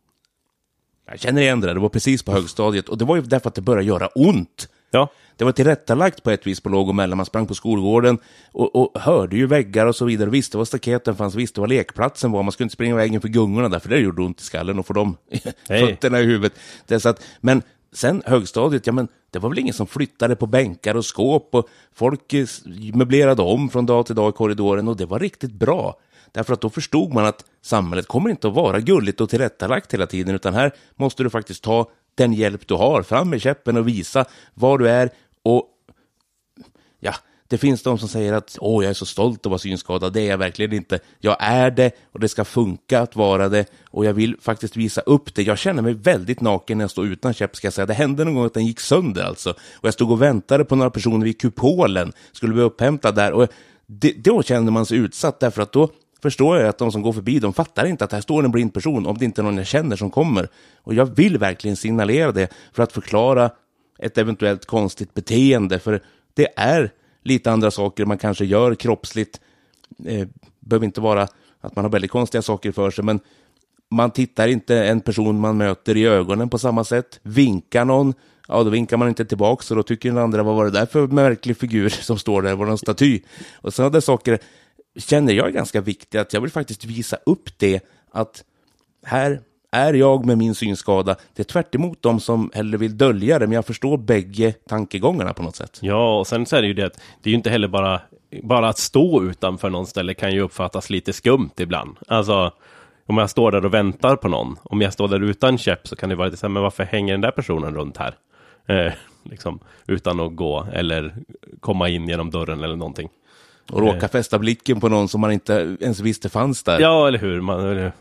Jag känner igen det var precis på högstadiet och det var ju därför att det började göra ont. Ja. Det var tillrättalagt på ett vis på låg och mellan. Man sprang på skolgården och hörde ju väggar och så vidare. Visst, det var staketen fanns, visst, det var lekplatsen var. Man skulle inte springa vägen för gungorna där, för det gjorde ont i skallen och få dem fötterna i huvudet. Det är så att, men sen högstadiet, ja men det var väl ingen som flyttade på bänkar och skåp och folk möblerade om från dag till dag i korridoren och det var riktigt bra. Därför att då förstod man att samhället kommer inte att vara gulligt och tillrättalagt hela tiden, utan här måste du faktiskt ta den hjälp du har, fram med käppen och visa var du är och ja, Det finns de som säger att jag är så stolt att vara synskadad. Det är jag verkligen inte. Jag är det och det ska funka att vara det. Och jag vill faktiskt visa upp det. Jag känner mig väldigt naken när jag står utan käpp, ska jag säga. Det hände någon gång att den gick sönder alltså. Och jag stod och väntade på några personer vid kupolen. Skulle bli upphämtad där. Och då kände man sig utsatt, därför att då förstår jag att de som går förbi, de fattar inte att här står en blind person om det inte är någon jag känner som kommer. Och jag vill verkligen signalera det för att förklara ett eventuellt konstigt beteende. För det är lite andra saker man kanske gör kroppsligt. Behöver inte vara att man har väldigt konstiga saker för sig, men man tittar inte en person man möter i ögonen på samma sätt. Vinkar någon, då vinkar man inte tillbaka, så då tycker den andra, vad var det där för märklig figur som står där, var det en staty? Och sådana saker känner jag är ganska viktigt, att jag vill faktiskt visa upp det, att här är jag med min synskada. Det är tvärt emot de som hellre vill dölja det, men jag förstår bägge tankegångarna på något sätt. Ja, och sen så är det ju det att det är ju inte heller bara att stå utanför någon ställe kan ju uppfattas lite skumt ibland. Alltså, om jag står där och väntar på någon, om jag står där utan käpp, så kan det vara lite så här, men varför hänger den där personen runt här? Liksom, utan att gå eller komma in genom dörren eller någonting. Och råka fästa blicken på någon som man inte ens visste fanns där. Ja, eller hur?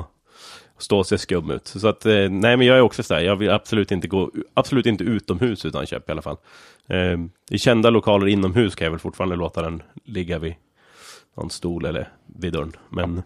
Stå och se skum ut. Så att, nej, men jag är också så här, jag vill absolut inte utomhus utan käpp i alla fall. I kända lokaler inomhus kan jag väl fortfarande låta den ligga vid någon stol eller vid dörren. Men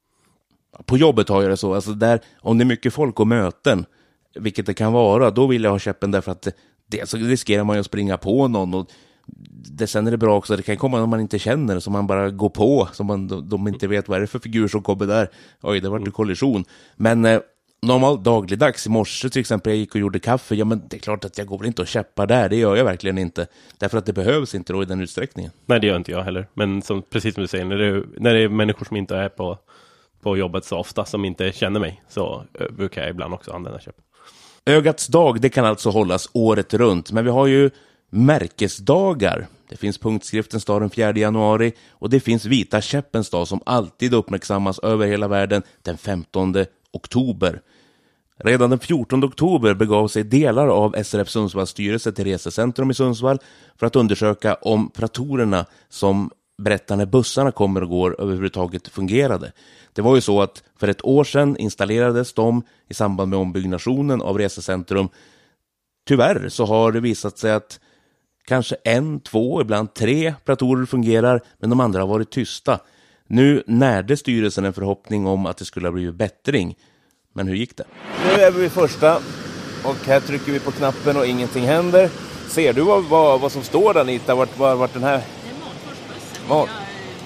på jobbet har jag det så, alltså där, om det är mycket folk och möten, vilket det kan vara, då vill jag ha käppen, därför att det så riskerar man ju att springa på någon, och sen är det bra också, det kan komma någon man inte känner som man bara går på, som de inte vet vad är det för figur som kommer där. Oj, det var en kollision. Men normalt dagligdags, i morse till exempel, jag gick och gjorde kaffe, ja men det är klart att jag går väl inte och käppar där, det gör jag verkligen inte, därför att det behövs inte då i den utsträckningen. Nej, det gör inte jag heller, men precis som du säger, när det är människor som inte är på jobbet så ofta, som inte känner mig, så brukar jag ibland också använda käpp. Ögats dag, det kan alltså hållas året runt, men vi har ju märkesdagar. Det finns punktskriftens dag den 4 januari och det finns vita käppens dag som alltid uppmärksammas över hela världen den 15 oktober. Redan den 14 oktober begav sig delar av SRF Sundsvalls styrelse till Resecentrum i Sundsvall för att undersöka om pratorerna som berättar när bussarna kommer och går överhuvudtaget fungerade. Det var ju så att för ett år sedan installerades de i samband med ombyggnationen av Resecentrum. Tyvärr så har det visat sig att kanske 1, 2, ibland 3 pratorer fungerar, men de andra har varit tysta. Nu närde styrelsen en förhoppning om att det skulle ha blivit bättring. Men hur gick det? Nu är vi vid första och här trycker vi på knappen och ingenting händer. Ser du vad som står där, Anita? Vart den här? Det är Matforsbussen.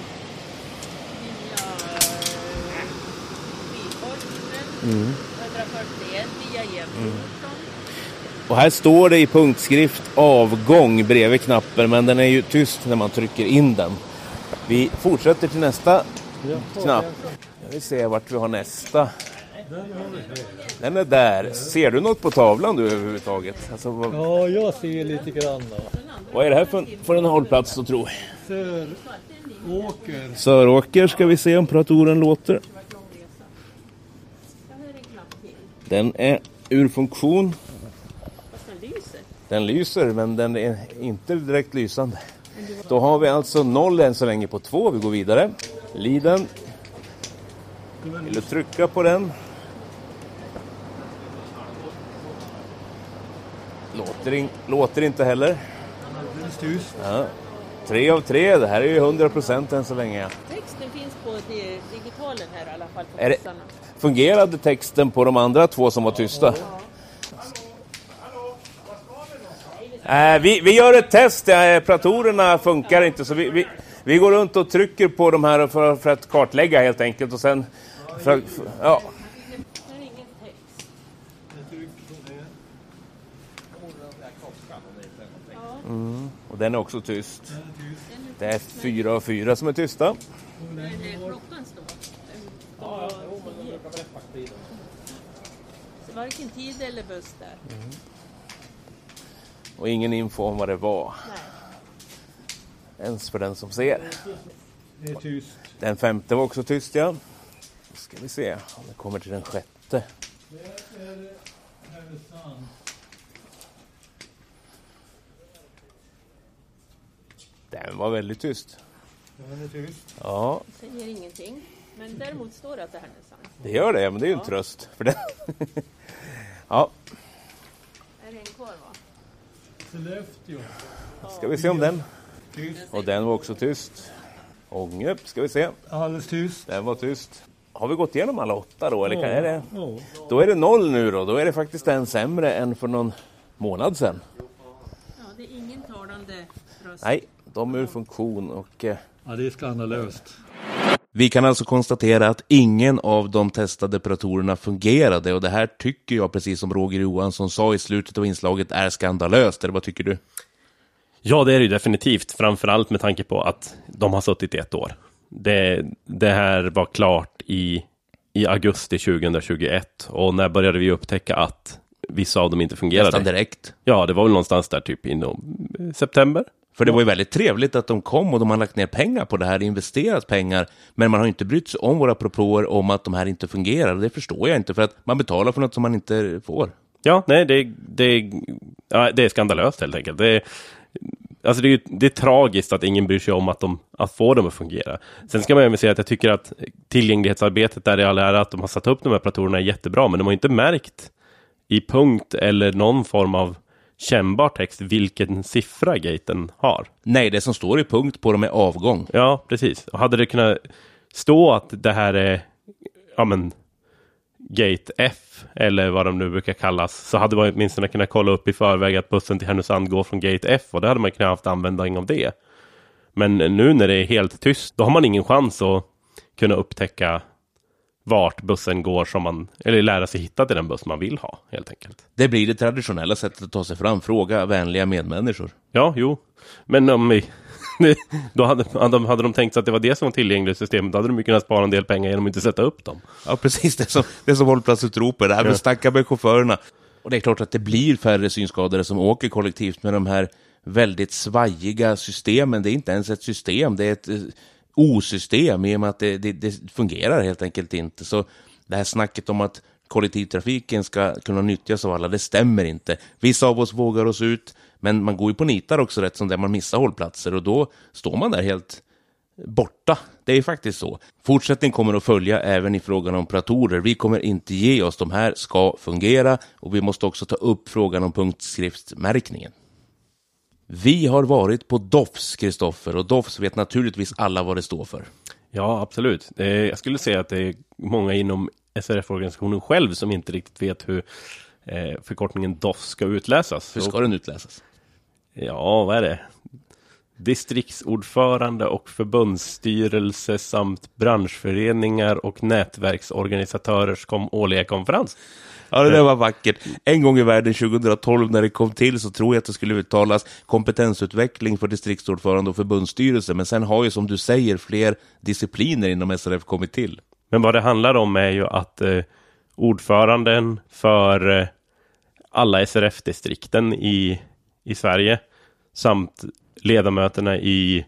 Via 141 via Jämtland. Och här står det i punktskrift avgång bredvid knappen, men den är ju tyst när man trycker in den. Vi fortsätter till nästa knapp. Jag vill se vart vi har nästa. Den är där. Ser du något på tavlan du överhuvudtaget? Alltså, Ja, jag ser lite grann. Vad är det här för en hållplats då, tror Söråker. Söråker ska vi se om pratoren låter. Den är ur funktion. Den lyser, men den är inte direkt lysande. Då har vi alltså 0 än så länge på 2. Vi går vidare. Liden. Vill du trycka på den? Låter inte heller. Ja. 3 av 3. Det här är ju 100% än så länge. Texten finns på digitalen här i alla fall. På fungerade texten på de andra 2 som var tysta? Vi gör ett test. Pratorerna funkar inte, så vi går runt och trycker på de här för att kartlägga helt enkelt, och sen ja. Och den är också tyst. Det är 4 av 4 som är tysta. Klockan står. Varken tid eller buss där. Och ingen info om vad det var. Nej. Ens för den som ser. Det är tyst. Den 5:e var också tyst, ja. Ska vi se om det kommer till den 6:e. Det är Härnösand. Den var väldigt tyst. Den är tyst. Ja. Säger ingenting. Men däremot står det att det här är sant. Det gör det, men det är ju en tröst för den. Ja. Är det en kvar, va? Sollefteå. Ska vi se om den. Tyst. Och den var också tyst. Ånge, ska vi se. Alldeles tyst. Den var tyst. Har vi gått igenom alla 8 då? Eller kan är det? Ja. Då är det 0 nu då. Då är det faktiskt en sämre än för någon månad sedan. Ja, det är ingen talande röst. Nej, de är ur funktion och... Ja, det är skandalöst. Vi kan alltså konstatera att ingen av de testade deparatorerna fungerade, och det här tycker jag, precis som Roger Johansson sa i slutet av inslaget, är skandalöst. Eller vad tycker du? Ja, det är det ju definitivt. Framförallt med tanke på att de har suttit i 1 år. Det här var klart i augusti 2021. Och när började vi upptäcka att vissa av dem inte fungerade? Nästan direkt. Ja, det var väl någonstans där typ inom september. För det var ju väldigt trevligt att de kom och de har lagt ner pengar på det här, investerat pengar. Men man har inte brytt sig om våra propåer om att de här inte fungerar. Det förstår jag inte, för att man betalar för något som man inte får. Ja, nej, det är skandalöst helt enkelt. Det är tragiskt att ingen bryr sig om att få dem att fungera. Sen ska man även säga att jag tycker att tillgänglighetsarbetet där i all ära att de har satt upp de här platorerna är jättebra, men de har inte märkt i punkt eller någon form av kännbar text vilken siffra gaten har. Nej, det som står i punkt på dem är avgång. Ja, precis. Och hade det kunnat stå att det här är Gate F eller vad de nu brukar kallas, så hade man åtminstone kunnat kolla upp i förväg att bussen till Härnösand går från Gate F, och det hade man kunnat haft användning av det. Men nu när det är helt tyst, då har man ingen chans att kunna upptäcka vart bussen går eller lära sig hitta till den buss man vill ha, helt enkelt. Det blir det traditionella sättet att ta sig fram, fråga vänliga medmänniskor. Ja, jo. Men då hade de tänkt sig att det var det som var tillgängligt i systemet, då hade de ju kunnat spara en del pengar genom att inte sätta upp dem. Ja, precis. Det som hållplatsutropar. Det här med snacka med chaufförerna. Och det är klart att det blir färre synskadade som åker kollektivt med de här väldigt svajiga systemen. Det är inte ens ett system, det är ett osystem i och med att det fungerar helt enkelt inte. Så det här snacket om att kollektivtrafiken ska kunna nyttjas av alla, det stämmer inte. Vissa av oss vågar oss ut, men man går ju på nitar också rätt som där man missar hållplatser, och då står man där helt borta. Det är faktiskt så. Fortsättning kommer att följa även i frågan om operatorer. Vi kommer inte ge oss, de här ska fungera, och vi måste också ta upp frågan om punktskriftsmärkningen. Vi har varit på DOFS, Kristoffer, och DOFS vet naturligtvis alla vad det står för. Ja, absolut. Jag skulle säga att det är många inom SRF-organisationen själv som inte riktigt vet hur förkortningen DOFS ska utläsas. Hur ska den utläsas? Ja, vad är det? Distriktsordförande och förbundsstyrelse samt branschföreningar och nätverksorganisatörers årliga konferens. Ja, det där var vackert. En gång i världen 2012 när det kom till så tror jag att det skulle uttalas kompetensutveckling för distriktsordförande och förbundsstyrelse. Men sen har ju, som du säger, fler discipliner inom SRF kommit till. Men vad det handlar om är ju att ordföranden för alla SRF-distrikten i Sverige samt ledamöterna i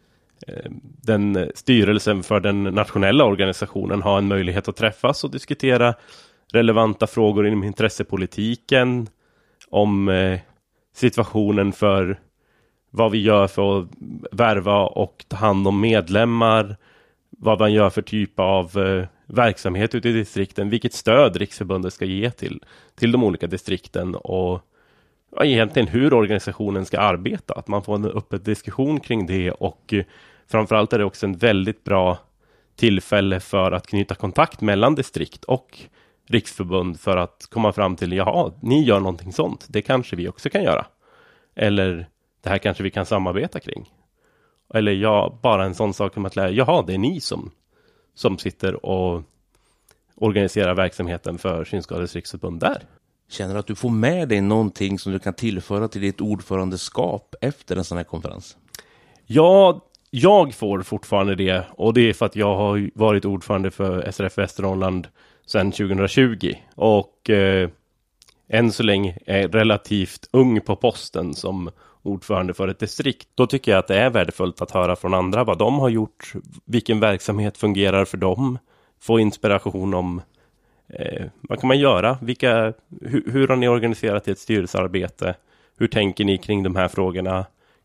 den styrelsen för den nationella organisationen har en möjlighet att träffas och diskutera relevanta frågor inom intressepolitiken, om situationen för vad vi gör för att värva och ta hand om medlemmar, vad man gör för typ av verksamhet ute i distrikten, vilket stöd Riksförbundet ska ge till de olika distrikten och egentligen hur organisationen ska arbeta. Att man får en öppen diskussion kring det, och framförallt är det också en väldigt bra tillfälle för att knyta kontakt mellan distrikt och riksförbund för att komma fram till, jaha, ni gör någonting sånt, det kanske vi också kan göra. Eller det här kanske vi kan samarbeta kring. Eller ja, bara en sån sak som att lära, jaha, det är ni som sitter och organiserar verksamheten för Synskadades riksförbund där. Känner du att du får med dig någonting som du kan tillföra till ditt ordförandeskap efter en sån här konferens? Ja, jag får fortfarande det, och det är för att jag har varit ordförande för SRF Västernorrland sedan 2020 och än så länge är relativt ung på posten som ordförande för ett distrikt. Då tycker jag att det är värdefullt att höra från andra vad de har gjort, vilken verksamhet fungerar för dem, få inspiration om vad kan man göra, hur har ni organiserat ett styrelsearbete, hur tänker ni kring de här frågorna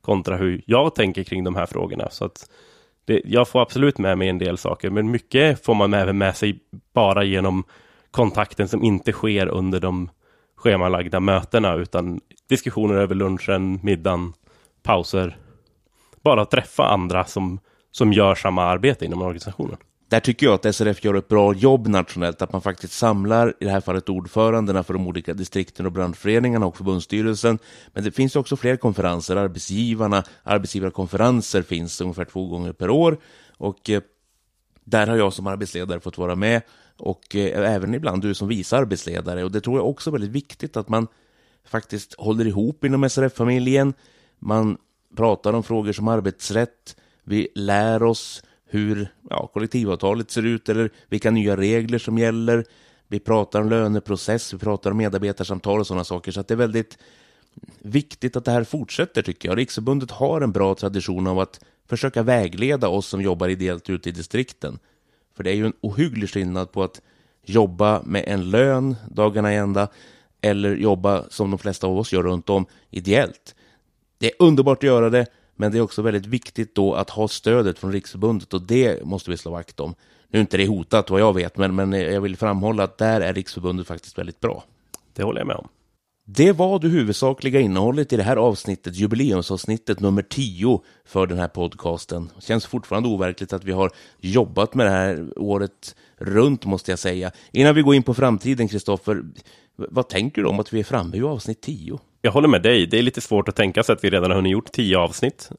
kontra hur jag tänker kring de här frågorna. Så att jag får absolut med mig en del saker, men mycket får man även med sig bara genom kontakten som inte sker under de schemalagda mötena, utan diskussioner över lunchen, middagen, pauser. Bara träffa andra som gör samma arbete inom organisationen. Där tycker jag att SRF gör ett bra jobb nationellt, att man faktiskt samlar, i det här fallet ordförandena för de olika distrikten och branschföreningarna och förbundsstyrelsen. Men det finns också fler konferenser, arbetsgivarkonferenser finns ungefär 2 gånger per år. Och där har jag som arbetsledare fått vara med, och även ibland du som vice arbetsledare. Och det tror jag också är väldigt viktigt att man faktiskt håller ihop inom SRF-familjen. Man pratar om frågor som arbetsrätt, vi lär oss hur kollektivavtalet ser ut eller vilka nya regler som gäller. Vi pratar om löneprocess, vi pratar om medarbetarsamtal och sådana saker. Så att det är väldigt viktigt att det här fortsätter, tycker jag. Riksförbundet har en bra tradition av att försöka vägleda oss som jobbar ideellt ute i distrikten. För det är ju en ohygglig skillnad på att jobba med en lön dagarna i ända eller jobba som de flesta av oss gör runt om ideellt. Det är underbart att göra det, men det är också väldigt viktigt då att ha stödet från Riksförbundet, och det måste vi slå vakt om. Nu är inte det hotat vad jag vet, men jag vill framhålla att där är Riksförbundet faktiskt väldigt bra. Det håller jag med om. Det var det huvudsakliga innehållet i det här avsnittet, jubileumsavsnittet nummer 10 för den här podcasten. Det känns fortfarande overkligt att vi har jobbat med det här året runt, måste jag säga. Innan vi går in på framtiden, Kristoffer, vad tänker du om att vi är framme i avsnitt 10? Jag håller med dig. Det är lite svårt att tänka sig att vi redan har hunnit gjort 10 avsnitt.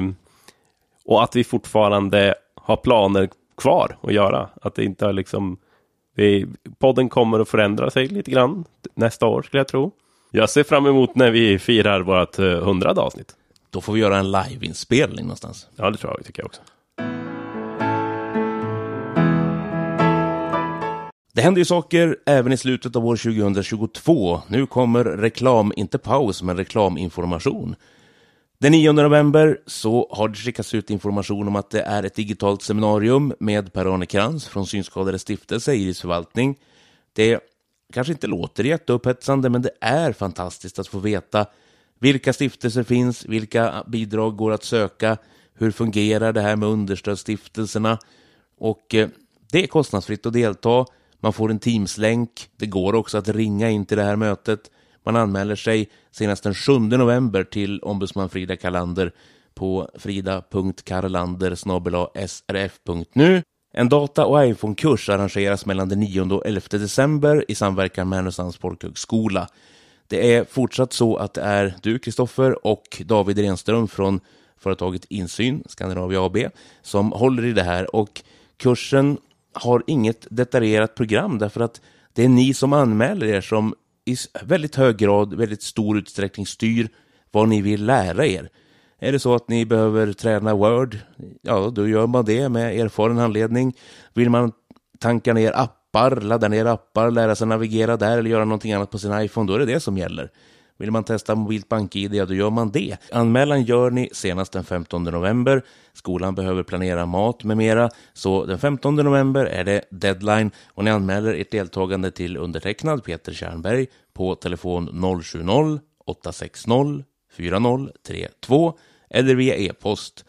Och att vi fortfarande har planer kvar att göra. Att det inte har podden kommer att förändra sig lite grann nästa år, skulle jag tro. Jag ser fram emot när vi firar vårt 100:e avsnitt. Då får vi göra en live-inspelning någonstans. Ja, det tror jag, tycker jag också. Det händer ju saker även i slutet av år 2022. Nu kommer reklam, inte paus, men reklaminformation. Den 9 november så har det skickats ut information om att det är ett digitalt seminarium med Per-Arne Krantz från Synskadades stiftelse Iris förvaltning. Det kanske inte låter jätteupphetsande, men det är fantastiskt att få veta vilka stiftelser finns, vilka bidrag går att söka, hur fungerar det här med understödsstiftelserna. Och det är kostnadsfritt att delta. Man får en Teams-länk. Det går också att ringa in till det här mötet. Man anmäler sig senast den 7 november till ombudsman Frida Karlander på frida.karlander@srf.nu. En data- och iPhone-kurs arrangeras mellan den 9 och 11 december i samverkan med Härnösands folkhögskola. Det är fortsatt så att det är du, Kristoffer, och David Renström från företaget Insyn, Skandinavia AB, som håller i det här. Och kursen har inget detaljerat program, därför att det är ni som anmäler er som i väldigt hög grad, väldigt stor utsträckning styr vad ni vill lära er. Är det så att ni behöver träna Word, ja, då gör man det med erfaren handledning. Vill man tanka ner appar, ladda ner appar, lära sig navigera där eller göra någonting annat på sin iPhone, då är det som gäller. Vill man testa mobilt bank-ID, ja, då gör man det. Anmälan gör ni senast den 15 november. Skolan behöver planera mat med mera, så den 15 november är det deadline, och ni anmäler ert deltagande till undertecknad Peter Tjärnberg på telefon 070-860-4032 eller via e-post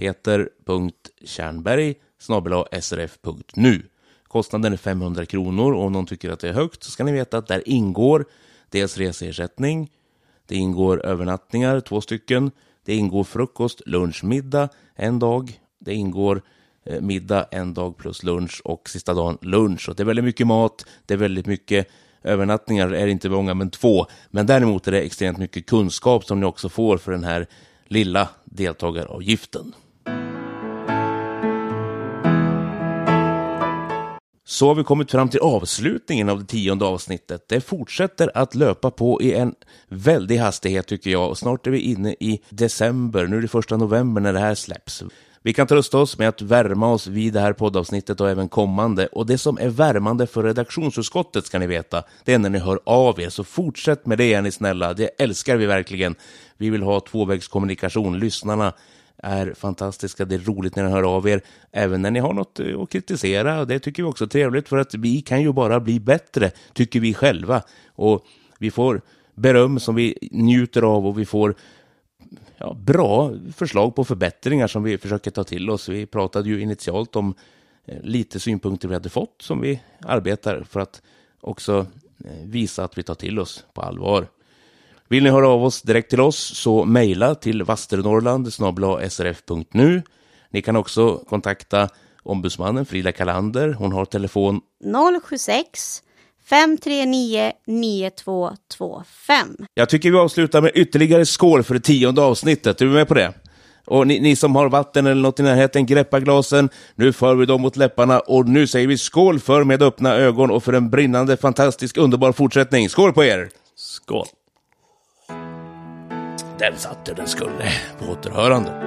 peter.tjärnberg@srf.nu. Kostnaden är 500 kronor, och om någon tycker att det är högt så ska ni veta att där ingår dels reseersättning, det ingår övernattningar, 2 stycken, det ingår frukost, lunch, middag en dag, det ingår middag en dag plus lunch, och sista dagen lunch. Och det är väldigt mycket mat, det är väldigt mycket övernattningar, är inte många men 2. Men däremot är det extremt mycket kunskap som ni också får för den här lilla deltagaravgiften. Så har vi kommit fram till avslutningen av det 10:e avsnittet. Det fortsätter att löpa på i en väldig hastighet, tycker jag. Och snart är vi inne i december. Nu är det 1 november när det här släpps. Vi kan trösta oss med att värma oss vid det här poddavsnittet och även kommande. Och det som är värmande för redaktionsutskottet, ska ni veta, det är när ni hör av er. Så fortsätt med det, är ni snälla. Det älskar vi verkligen. Vi vill ha tvåvägskommunikation. Lyssnarna är fantastiska, det är roligt när ni hör av er, även när ni har något att kritisera. Det tycker vi också är trevligt, för att vi kan ju bara bli bättre, tycker vi själva, och vi får beröm som vi njuter av, och vi får bra förslag på förbättringar som vi försöker ta till oss. Vi pratade ju initialt om lite synpunkter vi hade fått som vi arbetar för att också visa att vi tar till oss på allvar. Vill ni höra av oss direkt till oss så mejla till vasternorrland@srf.nu. Ni kan också kontakta ombudsmannen Frida Kalander. Hon har telefon 076 539 9225. Jag tycker vi avslutar med ytterligare skål för det 10:e avsnittet. Är du med på det? Och ni som har vatten eller något i närheten, greppa glasen. Nu för vi dem mot läpparna och nu säger vi skål för med öppna ögon och för en brinnande, fantastisk, underbar fortsättning. Skål på er! Skål! Den satt där den skulle. På återhörande.